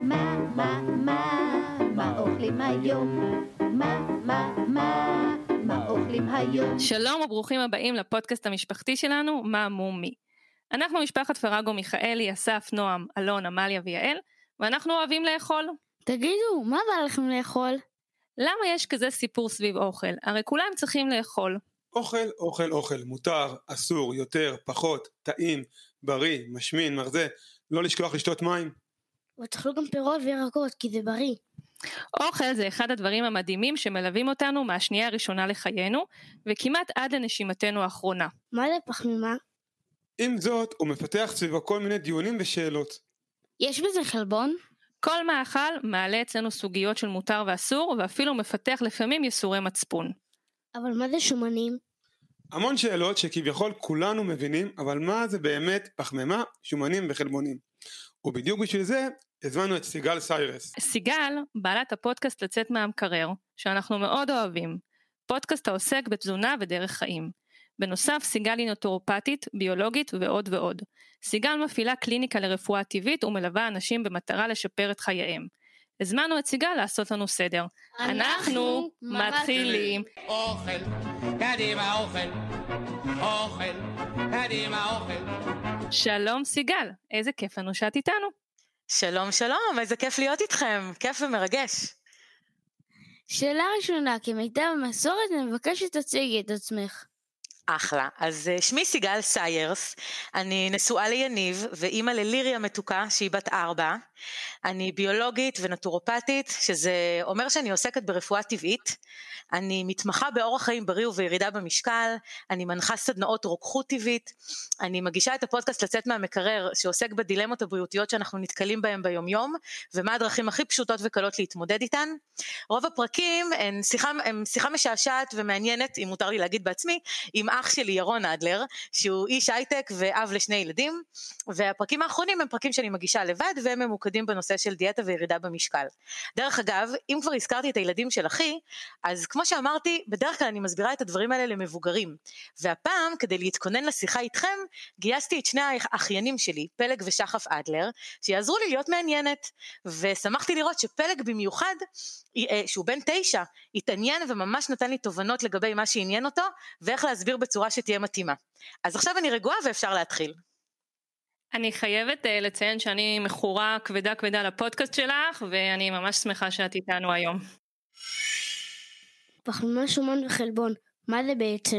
מה אוכלים היום? מה אוכלים היום? שלום וברוכים הבאים לפודקאסט המשפחתי שלנו, מה מומי. אנחנו משפחת פרגו מיכאלי, אסף, נועם, אלון, אמליה ויעל, ואנחנו אוהבים לאכול. תגידו, מה בא לכם לאכול? למה יש כזה סיפור סביב אוכל? הרי כולם צריכים לאכול. אוכל, מותר, אסור, יותר, פחות, טעים, בריא, משמין, מרזה, לא לשכוח לשתות מים. ותאכלו גם פירות וירקות, כי זה בריא. אוכל זה אחד הדברים המדהימים שמלווים אותנו מהשנייה הראשונה לחיינו, וכמעט עד לנשימתנו האחרונה. מה זה פחמימה? עם זאת, הוא מפתח סביבו כל מיני דיונים ושאלות. יש בזה חלבון? כל מאכל מעלה אצלנו סוגיות של מותר ואסור, ואפילו מפתח לפעמים יסורי מצפון. אבל מה זה שומנים? המון שאלות שכביכול כולנו מבינים, אבל מה זה באמת פחמימה, שומנים וחלבונים. ובדיוק בשביל זה הזמנו את סיגל סיירס. סיגל, בעלת הפודקאסט לצאת מהמקרר, שאנחנו מאוד אוהבים. פודקאסט העוסק בתזונה ודרך חיים. בנוסף, סיגל היא נוטורופטית, ביולוגית ועוד ועוד. סיגל מפעילה קליניקה לרפואה טבעית ומלווה אנשים במטרה לשפר את חייהם. הזמנו את סיגל לעשות לנו סדר. אנחנו מתחילים. אוכל, קדימה אוכל, קדימה אוכל. שלום סיגל, איזה כיף לנו שאת איתנו. שלום, איזה כיף להיות איתכם, כיף ומרגש. שאלה ראשונה, כמיטב המסורת, אני מבקש שתציגי את עצמך. אחלה, אז שמי סיגל סיירס, אני נשואה ליניב ואימא לליריה מתוקה שהיא בת 4, אני ביולוגית ונטורופטית, שזה אומר שאני עוסקת ברפואה טבעית, אני מתמחה באורח חיים בריא ובירידה במשקל, אני מנחה סדנאות רוקחות טבעית, אני מגישה את הפודקאסט לצאת מהמקרר שעוסק בדילמות הבריאותיות שאנחנו נתקלים בהם ביום-יום, ומה הדרכים הכי פשוטות וקלות להתמודד איתן. רוב הפרקים הם שיחה משעשעת ומעניינת, אם מותר לי להגיד בעצמי, עם אח שלי ירון אדלר, שהוא איש הייטק ואב לשני ילדים, והפרקים האחרונים הם פרקים שאני מגישה לבד, והם ממוקדים בנושא של דיאטה וירידה במשקל. דרך אגב, אם כבר הזכרתי את הילדים של אחי, אז כמו שאמרתי, בדרך כלל אני מסבירה את הדברים האלה למבוגרים, והפעם, כדי להתכונן לשיחה איתכם, גייסתי את שני האחיינים שלי, פלג ושחף אדלר, שיעזרו לי להיות מעניינת, ושמחתי לראות שפלג במיוחד, שהוא בן 9, התעניין וממש נתן לי תובנות לגבי מה שעניין אותו, ואיך להסביר בצורה שתהיה מתאימה. אז עכשיו אני רגועה ואפשר להתחיל. אני חייבת לציין שאני מכורה כבדה לפודקאסט שלך, ואני ממש שמחה שאת איתנו היום. פחמימה, שומן וחלבון, מה זה בעצם?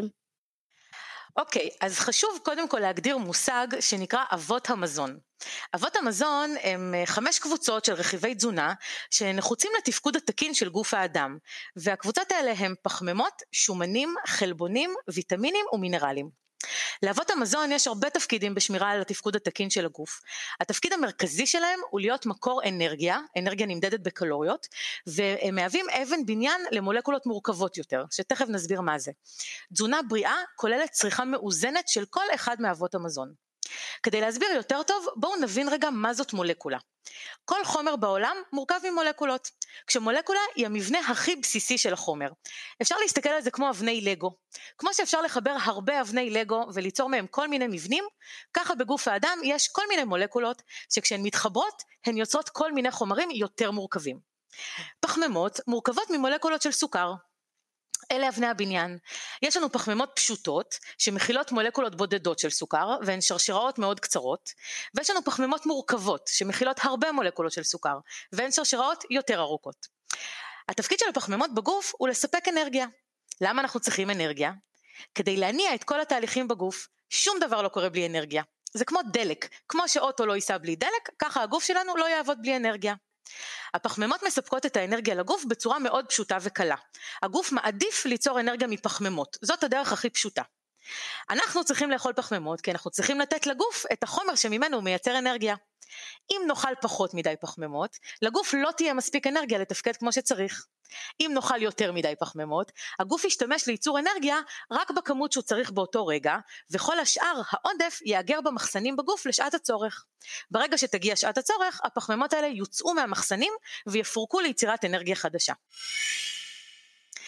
אוקיי, אז חשוב קודם כל להגדיר מושג שנקרא אבות המזון. אבות המזון הם 5 קבוצות של רכיבי תזונה שנחוצים לתפקוד התקין של גוף האדם, והקבוצות האלה הם פחמימות, שומנים, חלבונים, ויטמינים ומינרלים. לאבות המזון יש הרבה תפקידים בשמירה על התפקוד התקין של הגוף. התפקיד המרכזי שלהם הוא להיות מקור אנרגיה נמדדת בקלוריות, והם מהווים אבן בניין למולקולות מורכבות יותר, שתכף נסביר מה זה. תזונה בריאה כוללת צריכה מאוזנת של כל אחד מאבות המזון. כדי להסביר יותר טוב, בואו נבין רגע מה זאת מולקולה. כל חומר בעולם מורכב ממולקולות, כשמולקולה היא המבנה הכי בסיסי של החומר. אפשר להסתכל על זה כמו אבני לגו. כמו שאפשר לחבר הרבה אבני לגו וליצור מהם כל מיני מבנים, ככה בגוף האדם יש כל מיני מולקולות, שכשהן מתחברות, הן יוצרות כל מיני חומרים יותר מורכבים. פחמימות מורכבות ממולקולות של סוכר. אלה אבני הבניין. יש לנו פחמימות פשוטות שמכילות מולקולות בודדות של סוכר והן שרשראות מאוד קצרות, ויש לנו פחמימות מורכבות שמכילות הרבה מולקולות של סוכר והן שרשראות יותר ארוכות. התפקיד של הפחמימות בגוף הוא לספק אנרגיה. למה אנחנו צריכים אנרגיה? כדי להניע את כל התהליכים בגוף, שום דבר לא קורה בלי אנרגיה. זה כמו דלק, כמו שאוטו לא ייסע בלי דלק, ככה הגוף שלנו לא יעבוד בלי אנרגיה. הפחמימות מספקות את האנרגיה לגוף בצורה מאוד פשוטה וקלה. הגוף מעדיף ליצור אנרגיה מפחמימות, זאת הדרך הכי פשוטה. אנחנו צריכים לאכול פחמימות כי אנחנו צריכים לתת לגוף את החומר שממנו הוא מייצר אנרגיה. אם נאכל פחות מדי פחמימות, לגוף לא תהיה מספיק אנרגיה לתפקד כמו שצריך. אם נאכל יותר מדי פחמימות, הגוף ישתמש לייצור אנרגיה רק בכמות שהוא צריך באותו רגע, וכל השאר, העודף, יאגר במחסנים בגוף לשעת הצורך. ברגע שתגיע שעת הצורך, הפחמימות האלה יוצאו מהמחסנים ויפורקו ליצירת אנרגיה חדשה.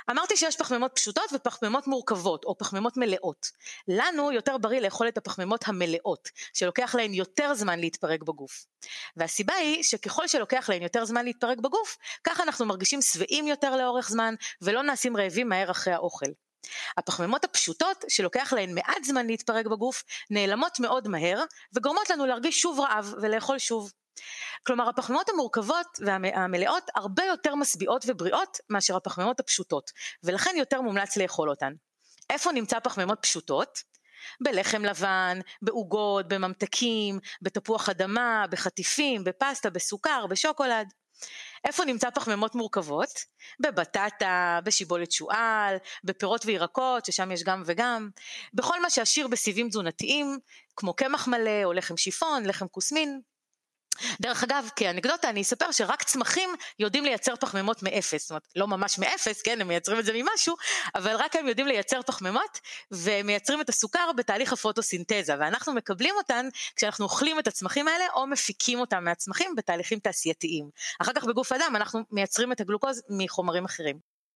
אמרתי שיש פחמימות פשוטות ופחמימות מורכבות, או פחמימות מלאות. לנו יותר בריא לאכול את הפחמימות המלאות, שלוקח להן יותר זמן להתפרק בגוף. והסיבה היא שככל שלוקח להן יותר זמן להתפרק בגוף, ככה אנחנו מרגישים שבעים יותר לאורך זמן, ולא נעשים רעבים מהר אחרי האוכל. הפחמימות הפשוטות, שלוקח להן מעט זמן להתפרק בגוף, נעלמות מאוד מהר, וגורמות לנו להרגיש שוב רעב ולאכול שוב. כלומר, הפחמימות המורכבות והמלאות הרבה יותר משביעות ובריאות מאשר הפחמימות הפשוטות, ולכן יותר מומלץ לאכול אותן. איפה נמצא פחמימות פשוטות? בלחם לבן, בעוגות, בממתקים, בתפוח אדמה, בחטיפים, בפסטה, בסוכר, בשוקולד. איפה נמצא פחמימות מורכבות? בבטטה, בשיבולת שועל, בפירות וירקות, ששם יש גם וגם, בכל מה שעשיר בסיבים תזונתיים, כמו קמח מלא או לחם שיפון, לחם כוסמין. דרך אגב, כאנקדוטה אני אספר שרק צמחים יודעים לייצר פחמימות מאפס, זאת אומרת, לא ממש מאפס, כן, הם מייצרים את זה ממשהו, אבל רק הם יודעים לייצר פחמימות, ומייצרים את הסוכר בתהליך הפוטוסינתזה, ואנחנו מקבלים אותן כשאנחנו אוכלים את הצמחים האלה, או מפיקים אותם מהצמחים בתהליכים תעשייתיים. אחר כך בגוף אדם אנחנו מייצרים את הגלוקוז מחומרים אחרים.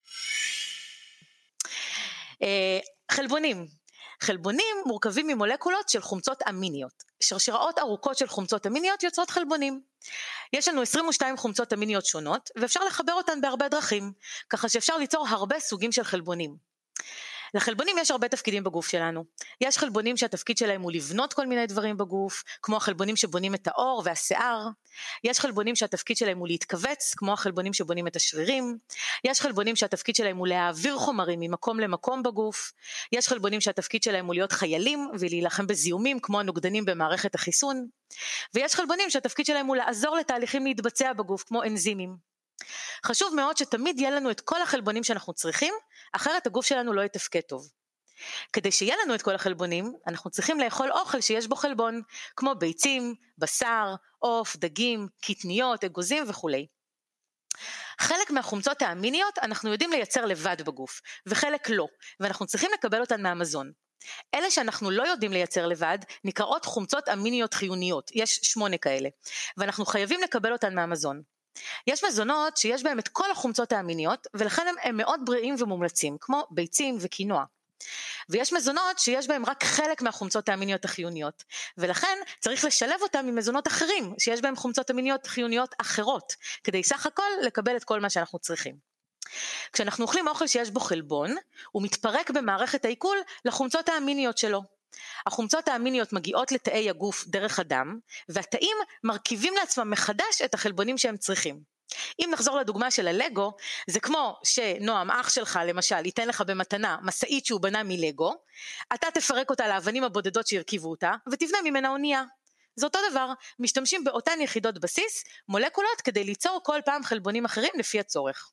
חלבונים. חלבונים מורכבים ממולקולות של חומצות אמיניות. שרשראות ארוכות של חומצות אמיניות יוצרות חלבונים. יש לנו 22 חומצות אמיניות שונות, ואפשר לחבר אותן בהרבה דרכים, ככה שאפשר ליצור הרבה סוגים של חלבונים. לחלבונים יש הרבה תפקידים בגוף שלנו. יש חלבונים שהתפקיד שלהם הוא לבנות כל מיני דברים בגוף, כמו החלבונים שבונים את העור והשיער. יש חלבונים שהתפקיד שלהם הוא להתכווץ, כמו החלבונים שבונים את השרירים. יש חלבונים שהתפקיד שלהם הוא להעביר חומרים ממקום למקום בגוף. יש חלבונים שהתפקיד שלהם הוא להיות חיילים ולהילחם בזיהומים, כמו הנוגדנים במערכת החיסון. ויש חלבונים שהתפקיד שלהם הוא לעזור לתהליכים להתבצע בגוף, כמו אנזימים. חשוב מאוד שתמיד יהיה לנו את כל החלבונים שאנחנו צריכים, אחרת הגוף שלנו לא יתפקד טוב. כדי שיהיה לנו את כל החלבונים, אנחנו צריכים לאכול אוכל שיש בו חלבון, כמו ביצים, בשר, עוף, דגים, קטניות, אגוזים וכו'. חלק מהחומצות האמיניות אנחנו יודעים לייצר לבד בגוף, וחלק לא, ואנחנו צריכים לקבל אותן מהמזון. אלה שאנחנו לא יודעים לייצר לבד, נקראות חומצות אמיניות חיוניות, יש 8 כאלה, ואנחנו חייבים לקבל אותן מהמזון. יש מזונות שיש בהם את כל החומצות האמיניות, ולכן הם מאוד בריאים ומומלצים, כמו ביצים וקינוע. ויש מזונות שיש בהם רק חלק מהחומצות האמיניות החיוניות, ולכן צריך לשלב אותם עם מזונות אחרים, שיש בהם חומצות אמיניות חיוניות אחרות, כדי סך הכל לקבל את כל מה שאנחנו צריכים. כשאנחנו אוכלים אוכל שיש בו חלבון, הוא מתפרק במערכת העיכול לחומצות האמיניות שלו. החומצות האמיניות מגיעות לתאי הגוף דרך הדם, והתאים מרכיבים לעצמם מחדש את החלבונים שהם צריכים. אם נחזור לדוגמה של הלגו, זה כמו שנועם אח שלך למשל ייתן לך במתנה מסעית שהוא בנה מלגו, אתה תפרק אותה לאבנים הבודדות שירכיבו אותה, ותבנה ממנה אונייה. זה אותו דבר, משתמשים באותן יחידות בסיס, מולקולות, כדי ליצור כל פעם חלבונים אחרים לפי הצורך.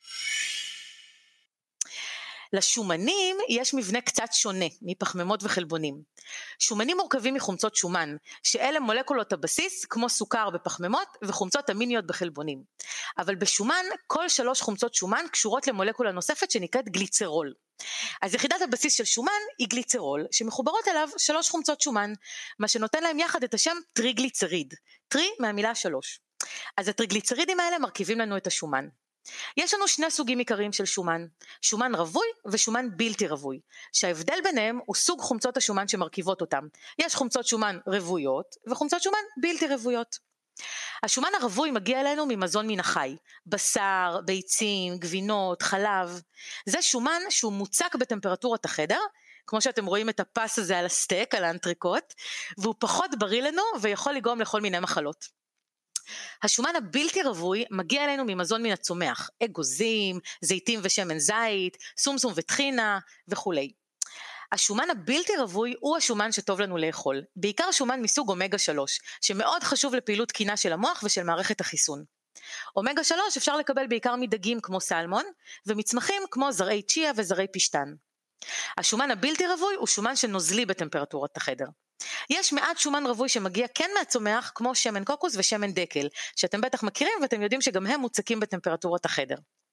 לשומנים יש מבנה קצת שונה מפחמימות וחלבונים. שומנים מורכבים מחומצות שומן, שאלה מולקולות הבסיס כמו סוכר בפחמימות וחומצות אמיניות בחלבונים. אבל בשומן כל 3 חומצות שומן קשורות למולקולה נוספת שנקראת גליצרול. אז יחידת הבסיס של שומן היא גליצרול, שמחוברות אליו 3 חומצות שומן, מה שנותן להם יחד את השם טריגליצריד, טרי מהמילה 3. אז הטריגליצרידים האלה מרכיבים לנו את השומן. יש לנו 2 סוגים עיקריים של שומן, שומן רווי ושומן בלתי רווי, שההבדל ביניהם הוא סוג חומצות השומן שמרכיבות אותם. יש חומצות שומן רוויות וחומצות שומן בלתי רוויות. השומן הרווי מגיע אלינו ממזון מן החי, בשר, ביצים, גבינות, חלב. זה שומן שהוא מוצק בטמפרטורת החדר, כמו שאתם רואים את הפס הזה על הסטייק, על האנטריקוט, והוא פחות בריא לנו ויכול לגרום לכל מיני מחלות. השומן הבלתי רווי מגיע אלינו ממזון מן הצומח, אגוזים, זיתים ושמן זית, סומסום וטחינה וכו'. השומן הבלתי רווי הוא השומן שטוב לנו לאכול, בעיקר שומן מסוג אומגה 3, שמאוד חשוב לפעילות תקינה של המוח ושל מערכת החיסון. אומגה 3 אפשר לקבל בעיקר מדגים כמו סלמון, ומצמחים כמו זרעי צ'יה וזרעי פשטן. השומן הבלתי רווי הוא שומן שנוזלי בטמפרטורת החדר. יש מעט שומן רווי שמגיע כן מהצומח, כמו שמן קוקוס ושמן דקל, שאתם בטח מכירים ואתם יודעים שגם הם מוצקים בטמפרטורת החדר.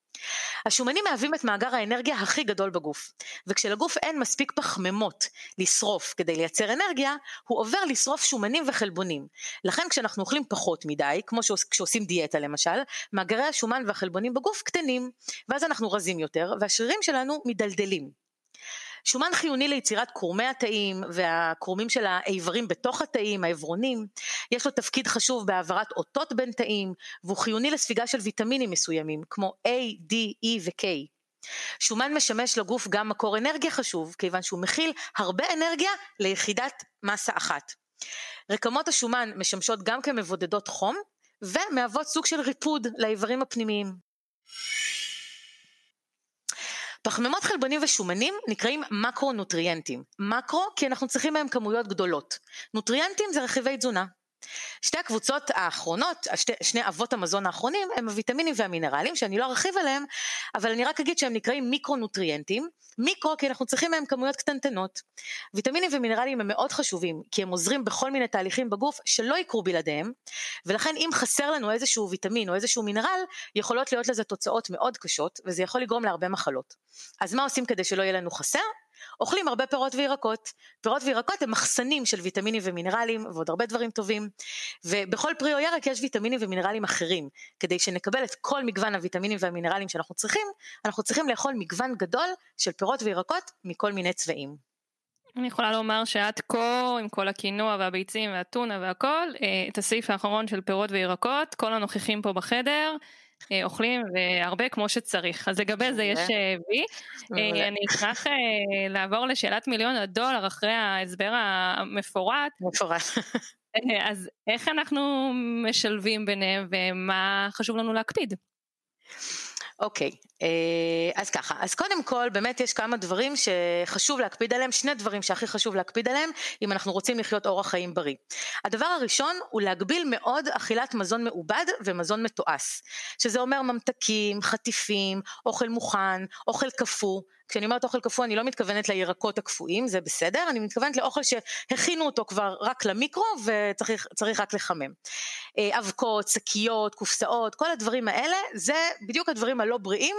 השומנים מהווים את מאגר האנרגיה הכי גדול בגוף, וכשלגוף אין מספיק פחמימות לשרוף כדי לייצר אנרגיה, הוא עובר לשרוף שומנים וחלבונים. לכן כשאנחנו אוכלים פחות מדי, כמו כשעושים דיאטה למשל, מאגרי השומן והחלבונים בגוף קטנים, ואז אנחנו רזים יותר, והשרירים שלנו מדלדלים. שומן חיוני ליצירת קורמי התאים והקורמים של האיברים בתוך התאים, העברונים. יש לו תפקיד חשוב בהעברת אותות בין תאים, והוא חיוני לספיגה של ויטמינים מסוימים, כמו A, D, E ו-K. שומן משמש לגוף גם מקור אנרגיה חשוב, כיוון שהוא מכיל הרבה אנרגיה ליחידת מסה אחת. רקמות השומן משמשות גם כמבודדות חום, ומהוות סוג של ריפוד לאיברים הפנימיים. פחמימות, חלבונים ושומנים נקראים מקרונוטריאנטים. מקרו כי אנחנו צריכים מהם כמויות גדולות. נוטריאנטים זה רכיבי תזונה. שתי הקבוצות האחרונות, שני אבות המזון האחרונים, הם הוויטמינים והמינרלים, שאני לא ארחיב עליהם, אבל אני רק אגיד שהם נקראים מיקרונוטריאנטים. מיקרו כי אנחנו צריכים מהם כמויות קטנטנות. ויטמינים ומינרלים הם מאוד חשובים, כי הם עוזרים בכל מיני תהליכים בגוף שלא יקרו בלעדיהם, ולכן אם חסר לנו איזשהו ויטמין או איזשהו מינרל, יכולות להיות לזה תוצאות מאוד קשות, וזה יכול לגרום להרבה מחלות. אז מה עושים כדי שלא יהיה לנו חסר? אוכלים הרבה פירות וירקות. פירות וירקות הם מחסנים של ויטמינים ומינרלים ועוד הרבה דברים טובים, ובכל פרי או ירק יש ויטמינים ומינרלים אחרים. כדי שנקבל את כל מגוון הוויטמינים והמינרלים שאנחנו צריכים, אנחנו צריכים לאכול מגוון גדול של פירות וירקות מכל מיני צבעים. אני יכולה לומר שעד כה, עם כל הקינוע והביצים והטונה והכל, את הסעיף האחרון של פירות וירקות, כל הנוכחים פה בחדר, אוכלים והרבה כמו שצריך. אז לגבי זה יש בי. אני אשמח לעבור לשאלת $1,000,000 אחרי ההסבר המפורט. אז איך אנחנו משלבים ביניהם ומה חשוב לנו להקפיד? אוקיי, אז ככה, אז קודם כל באמת יש כמה דברים שחשוב להקפיד עליהם, שני דברים שהכי חשוב להקפיד עליהם אם אנחנו רוצים לחיות אורח חיים בריא. הדבר הראשון הוא להגביל מאוד אכילת מזון מעובד ומזון מתועש, שזה אומר ממתקים, חטיפים, אוכל מוכן, אוכל קפוא. כשאני אומרת אוכל קפוא אני לא מתכוונת לירקות הקפואים, זה בסדר, אני מתכוונת לאוכל שהכינו אותו כבר רק למיקרו וצריך רק לחמם. אבקות, שקיות, קופסאות, כל הדברים האלה, זה בדיוק הדברים הלא בריאים.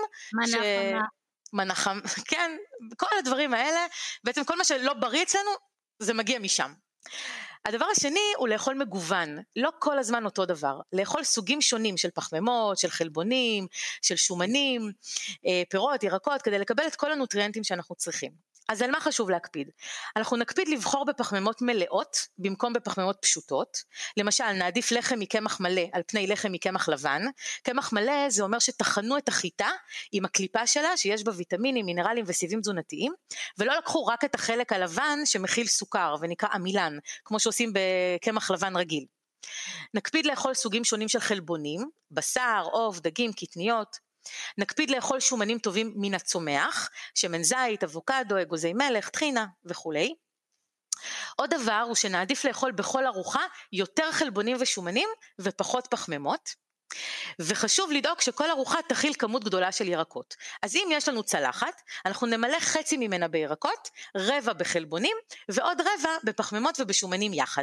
מנה. כן, כל הדברים האלה, בעצם כל מה שלא בריא אצלנו, זה מגיע משם. הדבר השני הוא לאכול מגוון, לא כל הזמן אותו דבר, לאכול סוגים שונים של פחמימות, של חלבונים, של שומנים, פירות, ירקות, כדי לקבל את כל הנוטריאנטים שאנחנו צריכים. אז על מה חשוב להקפיד? אנחנו נקפיד לבחור בפחמימות מלאות, במקום בפחמימות פשוטות, למשל נעדיף לחם מקמח מלא על פני לחם מקמח לבן, קמח מלא זה אומר שטחנו את החיטה עם הקליפה שלה שיש בה ויטמינים, מינרלים וסיבים תזונתיים, ולא לקחו רק את החלק הלבן שמכיל סוכר ונקרא אמילן, כמו שעושים בקמח לבן רגיל. נקפיד לאכול סוגים שונים של חלבונים, בשר, עוף, דגים, קטניות, נקפיד לאכול שומנים טובים מן הצומח, שמן זית, אבוקדו, אגוזי מלך, טחינה וכו'. עוד דבר הוא שנעדיף לאכול בכל ארוחה יותר חלבונים ושומנים ופחות פחמימות, וחשוב לדאוג שכל ארוחה תכיל כמות גדולה של ירקות. אז אם יש לנו צלחת, אנחנו נמלא חצי ממנה בירקות, רבע בחלבונים ועוד רבע בפחמימות ובשומנים יחד.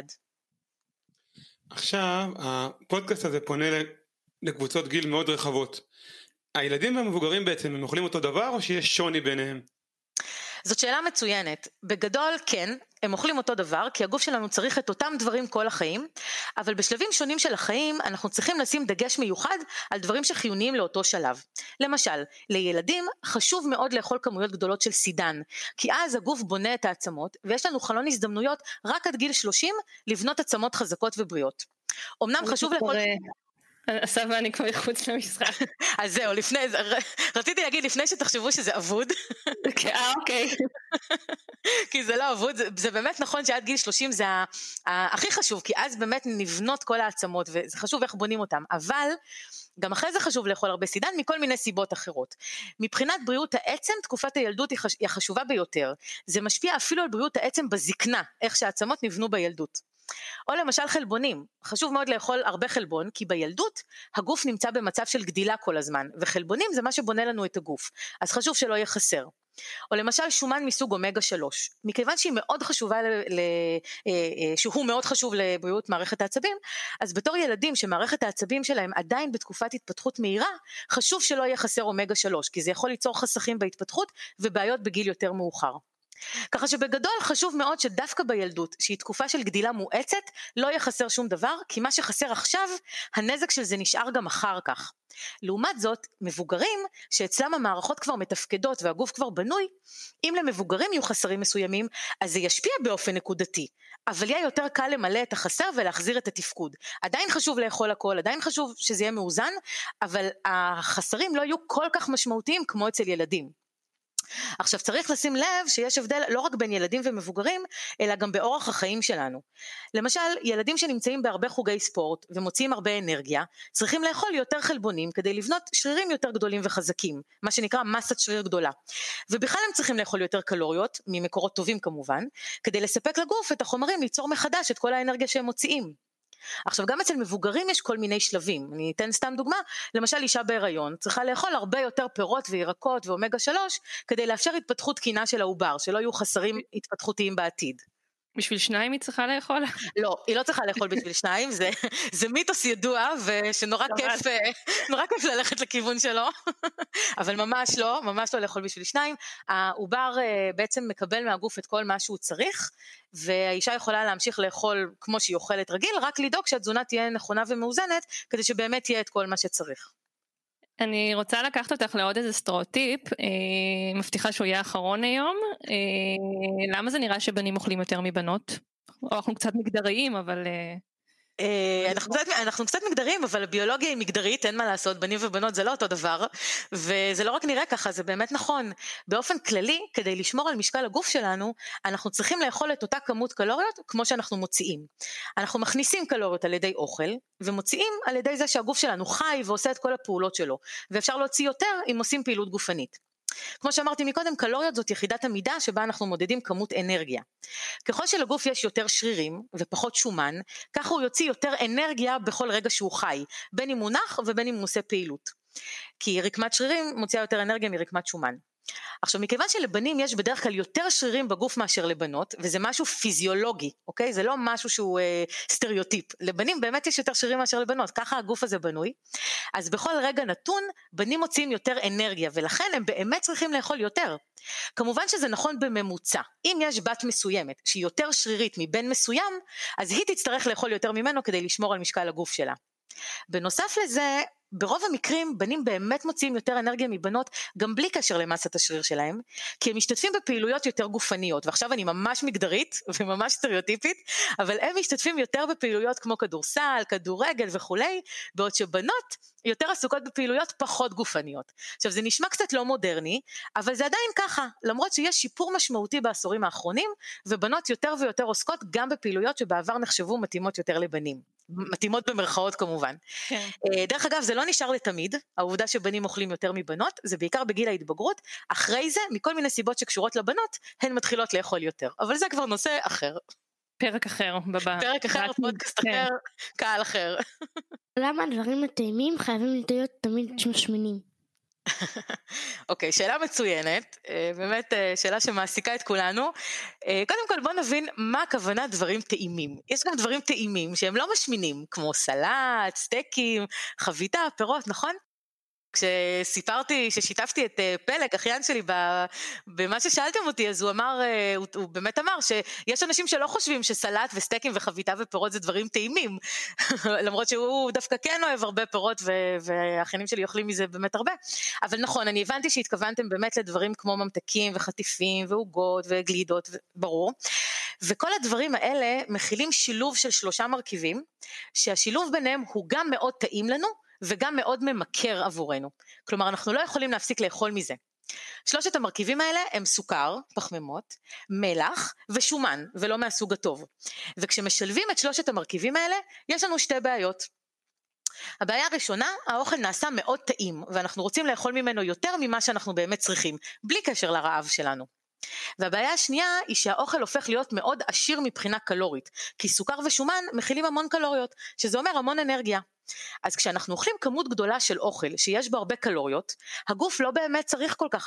עכשיו הפודקאסט הזה פונה לקבוצות גיל מאוד רחבות. הילדים והמבוגרים בעצם הם אוכלים אותו דבר או שיש שוני ביניהם? זאת שאלה מצוינת. בגדול כן, הם אוכלים אותו דבר, כי הגוף שלנו צריך את אותם דברים כל החיים, אבל בשלבים שונים של החיים אנחנו צריכים לשים דגש מיוחד על דברים שחיוניים לאותו שלב. למשל, לילדים חשוב מאוד לאכול כמויות גדולות של סידן, כי אז הגוף בונה את העצמות, ויש לנו חלון הזדמנויות רק עד גיל 30 לבנות עצמות חזקות ובריאות. אמנם חשוב לאכול... אסף ואני כבר חוץ למשחק. אז זהו, רציתי להגיד לפני שתחשבו שזה אבוד. אוקיי. כי זה לא אבוד, זה באמת נכון שעד גיל 30 זה הכי חשוב, כי אז באמת נבנות כל העצמות, וזה חשוב איך בונים אותם, אבל גם אחרי זה חשוב לאכול הרבה סידן מכל מיני סיבות אחרות. מבחינת בריאות העצם, תקופת הילדות היא החשובה ביותר. זה משפיע אפילו על בריאות העצם בזקנה, איך שהעצמות נבנו בילדות. או למשל חלבונים, חשוב מאוד לאכול הרבה חלבון, כי בילדות הגוף נמצא במצב של גדילה כל הזמן, וחלבונים זה מה שבונה לנו את הגוף, אז חשוב שלא יהיה חסר. או למשל שומן מסוג אומגה 3, מכיוון שהיא מאוד חשובה, שהוא מאוד חשוב לבריאות מערכת העצבים, אז בתור ילדים שמערכת העצבים שלהם עדיין בתקופת התפתחות מהירה, חשוב שלא יהיה חסר אומגה 3, כי זה יכול ליצור חסכים בהתפתחות ובעיות בגיל יותר מאוחר. ככה שבגדול חשוב מאוד שדווקא בילדות, שהיא תקופה של גדילה מואצת, לא יהיה חסר שום דבר, כי מה שחסר עכשיו, הנזק של זה נשאר גם אחר כך. לעומת זאת, מבוגרים, שאצלם המערכות כבר מתפקדות והגוף כבר בנוי, אם למבוגרים יהיו חסרים מסוימים, אז זה ישפיע באופן נקודתי, אבל יהיה יותר קל למלא את החסר ולהחזיר את התפקוד. עדיין חשוב לאכול הכל, עדיין חשוב שזה יהיה מאוזן, אבל החסרים לא יהיו כל כך משמעותיים כמו אצל ילדים. עכשיו צריך לשים לב שיש הבדל לא רק בין ילדים ומבוגרים, אלא גם באורח החיים שלנו. למשל, ילדים שנמצאים בהרבה חוגי ספורט ומוציאים הרבה אנרגיה, צריכים לאכול יותר חלבונים כדי לבנות שרירים יותר גדולים וחזקים, מה שנקרא מסת שריר גדולה. ובכלל הם צריכים לאכול יותר קלוריות, ממקורות טובים כמובן, כדי לספק לגוף את החומרים ליצור מחדש את כל האנרגיה שהם מוציאים. עכשיו גם אצל מבוגרים יש כל מיני שלבים, אני אתן סתם דוגמה, למשל אישה בהיריון צריכה לאכול הרבה יותר פירות וירקות ואומגה 3 כדי לאפשר התפתחות תקינה של העובר, שלא יהיו חסרים התפתחותיים בעתיד. בשביל 2 היא צריכה לאכול? לא, היא לא צריכה לאכול בשביל 2, זה מיתוס ידוע ושנורא כיף ללכת לכיוון שלו, אבל ממש לא לאכול בשביל 2, העובר בעצם מקבל מהגוף את כל מה שהוא צריך, והאישה יכולה להמשיך לאכול כמו שהיא אוכלת רגיל, רק לדאוג שהתזונה תהיה נכונה ומאוזנת, כדי שבאמת יהיה את כל מה שצריך. אני רוצה לקחת אותך לעוד איזה סטריאוטיפ, מבטיחה שהוא יהיה האחרון היום, למה זה נראה שבנים אוכלים יותר מבנות? או אנחנו קצת מגדריים, אבל... אנחנו קצת מגדרים, אבל הביולוגיה היא מגדרית, אין מה לעשות, בנים ובנות זה לא אותו דבר, וזה לא רק נראה ככה, זה באמת נכון. באופן כללי, כדי לשמור על משקל הגוף שלנו, אנחנו צריכים לאכול את אותה כמות קלוריות כמו שאנחנו מוציאים. אנחנו מכניסים קלוריות על ידי אוכל, ומוציאים על ידי זה שהגוף שלנו חי ועושה את כל הפעולות שלו, ואפשר להוציא יותר אם עושים פעילות גופנית. כמו שאמרתי מקודם, קלוריות זאת יחידת המידה שבה אנחנו מודדים כמות אנרגיה. ככל שלגוף יש יותר שרירים ופחות שומן, ככה הוא יוציא יותר אנרגיה בכל רגע שהוא חי, בין אם הוא נח ובין אם הוא עושה פעילות. כי רקמת שרירים מוציאה יותר אנרגיה מרקמת שומן. עכשיו, מכיוון שלבנים יש בדרך כלל יותר שרירים בגוף מאשר לבנות, וזה משהו פיזיולוגי, אוקיי? זה לא משהו שהוא סטריאוטיפ. לבנים באמת יש יותר שרירים מאשר לבנות, ככה הגוף הזה בנוי. אז בכל רגע נתון, בנים מוציאים יותר אנרגיה, ולכן הם באמת צריכים לאכול יותר. כמובן שזה נכון בממוצע. אם יש בת מסוימת שהיא יותר שרירית מבן מסוים, אז היא תצטרך לאכול יותר ממנו כדי לשמור על משקל הגוף שלה. בנוסף לזה, ברוב המקרים בנים באמת מוציאים יותר אנרגיה מבנות גם בלי קשר למסת השריר שלהם, כי הם משתתפים בפעילויות יותר גופניות, ועכשיו אני ממש מגדרית וממש סטריאוטיפית, אבל הם משתתפים יותר בפעילויות כמו כדורסל, כדורגל וכולי, בעוד שבנות יותר עסוקות בפעילויות פחות גופניות. עכשיו זה נשמע קצת לא מודרני, אבל זה עדיין ככה, למרות שיש שיפור משמעותי בעשורים האחרונים, ובנות יותר ויותר עוסקות גם בפעילויות שבעבר נחשבו מתאימות יותר לבנים. מתאימות במרכאות כמובן. כן. דרך אגב זה לא נשאר לתמיד, העובדה שבנים אוכלים יותר מבנות, זה בעיקר בגיל ההתבגרות, אחרי זה מכל מיני סיבות שקשורות לבנות, הן מתחילות לאכול יותר, אבל זה כבר נושא אחר. פרק אחר, פרק אחר, פודקאסט אחר, קהל אחר. למה הדברים הטעימים חייבים להיות תמיד משמינים? אוקיי, שאלה מצוינת, באמת שאלה שמעסיקה את כולנו. קודם כל בוא נבין מה הכוונה דברים טעימים. יש גם דברים טעימים שהם לא משמינים, כמו סלט, סטייקים, חביתה, פירות, נכון? כששיתפתי את פלג, אחיין שלי, במה ששאלתם אותי, אז הוא באמת אמר שיש אנשים שלא חושבים שסלט וסטייקים וחביתה ופירות זה דברים טעימים, למרות שהוא דווקא כן אוהב הרבה פירות, והאחיינים שלי אוכלים מזה באמת הרבה, אבל נכון, אני הבנתי שהתכוונתם באמת לדברים כמו ממתקים וחטיפים ועוגות וגלידות, ברור, וכל הדברים האלה מכילים שילוב של 3 מרכיבים, שהשילוב ביניהם הוא גם מאוד טעים לנו, וגם מאוד ממכר עבורנו. כלומר, אנחנו לא יכולים להפסיק לאכול מזה. 3 המרכיבים האלה הם סוכר, פחמימות, מלח ושומן, ולא מהסוג הטוב. וכשמשלבים את 3 המרכיבים האלה, יש לנו 2 בעיות. הבעיה הראשונה, האוכל נעשה מאוד טעים, ואנחנו רוצים לאכול ממנו יותר ממה שאנחנו באמת צריכים, בלי קשר לרעב שלנו. והבעיה השנייה היא שהאוכל הופך להיות מאוד עשיר מבחינה קלורית, כי סוכר ושומן מכילים המון קלוריות, שזה אומר המון אנרגיה. אז כשאנחנו אוכלים כמות גדולה של אוכל שיש בו הרבה קלוריות, הגוף לא באמת צריך כל כך הרבה.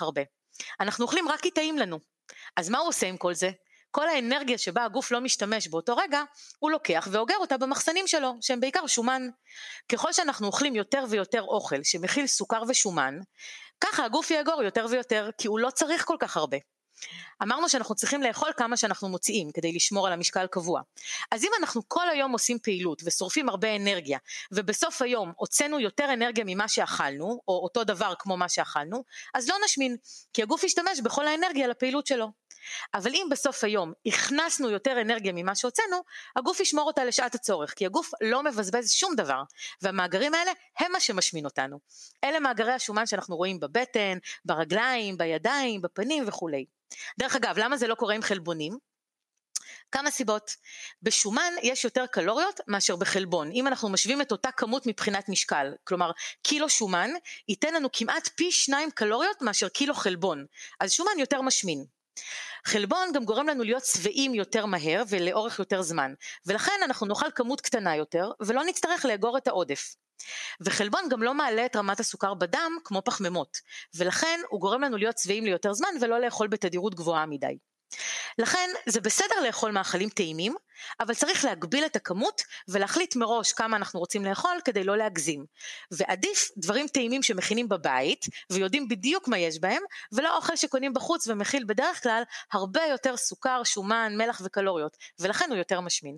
אנחנו אוכלים רק כי טעים לנו. אז מה הוא עושה עם כל זה? כל האנרגיה שבה הגוף לא משתמש באותו רגע, הוא לוקח ואוגר אותה במחסנים שלו, שהם בעיקר שומן. ככל שאנחנו אוכלים יותר ויותר אוכל שמכיל סוכר ושומן, ככה הגוף יאגור יותר ויותר, כי הוא לא צריך כל כך הרבה. אמרנו שאנחנו צריכים לאכול כמה שאנחנו מוציאים, כדי לשמור על המשקל קבוע. אז אם אנחנו כל היום עושים פעילות, ושורפים הרבה אנרגיה, ובסוף היום הוצאנו יותר אנרגיה ממה שאכלנו, או אותו דבר כמו מה שאכלנו, אז לא נשמין, כי הגוף ישתמש בכל האנרגיה לפעילות שלו. אבל אם בסוף היום הכנסנו יותר אנרגיה ממה שהוצאנו, הגוף ישמור אותה לשעת הצורך, כי הגוף לא מבזבז שום דבר, והמאגרים האלה הם מה שמשמין אותנו. אלה מאגרי השומן שאנחנו רואים בבטן, ברגליים, בידיים, בפנים וכו'. דרך אגב, למה זה לא קורה עם חלבונים? כמה סיבות. בשומן יש יותר קלוריות מאשר בחלבון. אם אנחנו משווים את אותה כמות מבחינת משקל, כלומר קילו שומן ייתן לנו כמעט פי 2 קלוריות מאשר קילו חלבון, אז שומן יותר משמין. חלבון גם גורם לנו להיות שבעים יותר מהר ולאורך יותר זמן, ולכן אנחנו נאכל כמות קטנה יותר ולא נצטרך לאגור את העודף. וחלבון גם לא מעלה את רמת הסוכר בדם כמו פחמימות, ולכן הוא גורם לנו להיות שבעים ליותר זמן ולא לאכול בתדירות גבוהה מדי. לכן זה בסדר לאכול מאכלים טעימים, אבל צריך להגביל את הכמות ולהחליט מראש כמה אנחנו רוצים לאכול כדי לא להגזים. ועדיף דברים טעימים שמכינים בבית ויודעים בדיוק מה יש בהם, ולא אוכל שקונים בחוץ ומכיל בדרך כלל הרבה יותר סוכר, שומן, מלח וקלוריות, ולכן הוא יותר משמין.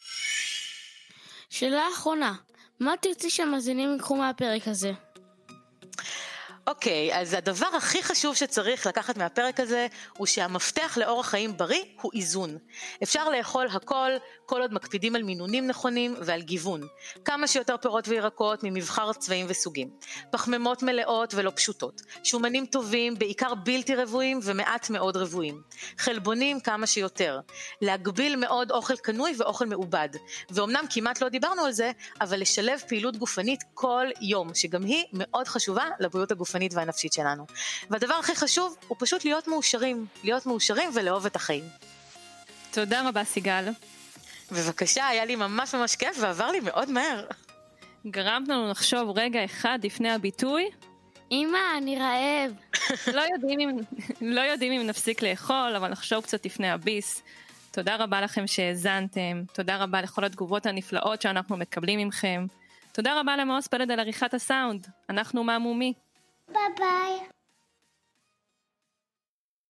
שאלה אחרונה, מה תרצי שהמאזינים יקחו מהפרק הזה? אוקיי, אז הדבר הכי חשוב שצריך לקחת מהפרק הזה, הוא שהמפתח לאורח חיים בריא הוא איזון. אפשר לאכול הכל, כל עוד מקפידים על מינונים נכונים ועל גיוון. כמה שיותר פירות וירקות ממבחר צבעים וסוגים. פחמימות מלאות ולא פשוטות. שומנים טובים, בעיקר בלתי רבועים ומעט מאוד רבועים. חלבונים כמה שיותר. להגביל מאוד אוכל קנוי ואוכל מעובד. ואומנם כמעט לא דיברנו על זה, אבל לשלב פעילות גופנית כל יום, שגם היא מאוד חשובה לבריאות הגופנית והנפשית שלנו. והדבר הכי חשוב הוא פשוט להיות מאושרים ולאהוב את החיים. תודה רבה סיגל. בבקשה, היה לי ממש ממש כיף ועבר לי מאוד מהר. גרמת לנו לחשוב רגע אחד לפני הביטוי. אמא, אני רעב. לא יודעים אם נפסיק לאכול, אבל נחשוב קצת לפני הביס. תודה רבה לכם שהאזנתם, תודה רבה לכל התגובות הנפלאות שאנחנו מקבלים מכם. תודה רבה למעוז פלד על עריכת הסאונד, אנחנו מהמומי. ביי ביי.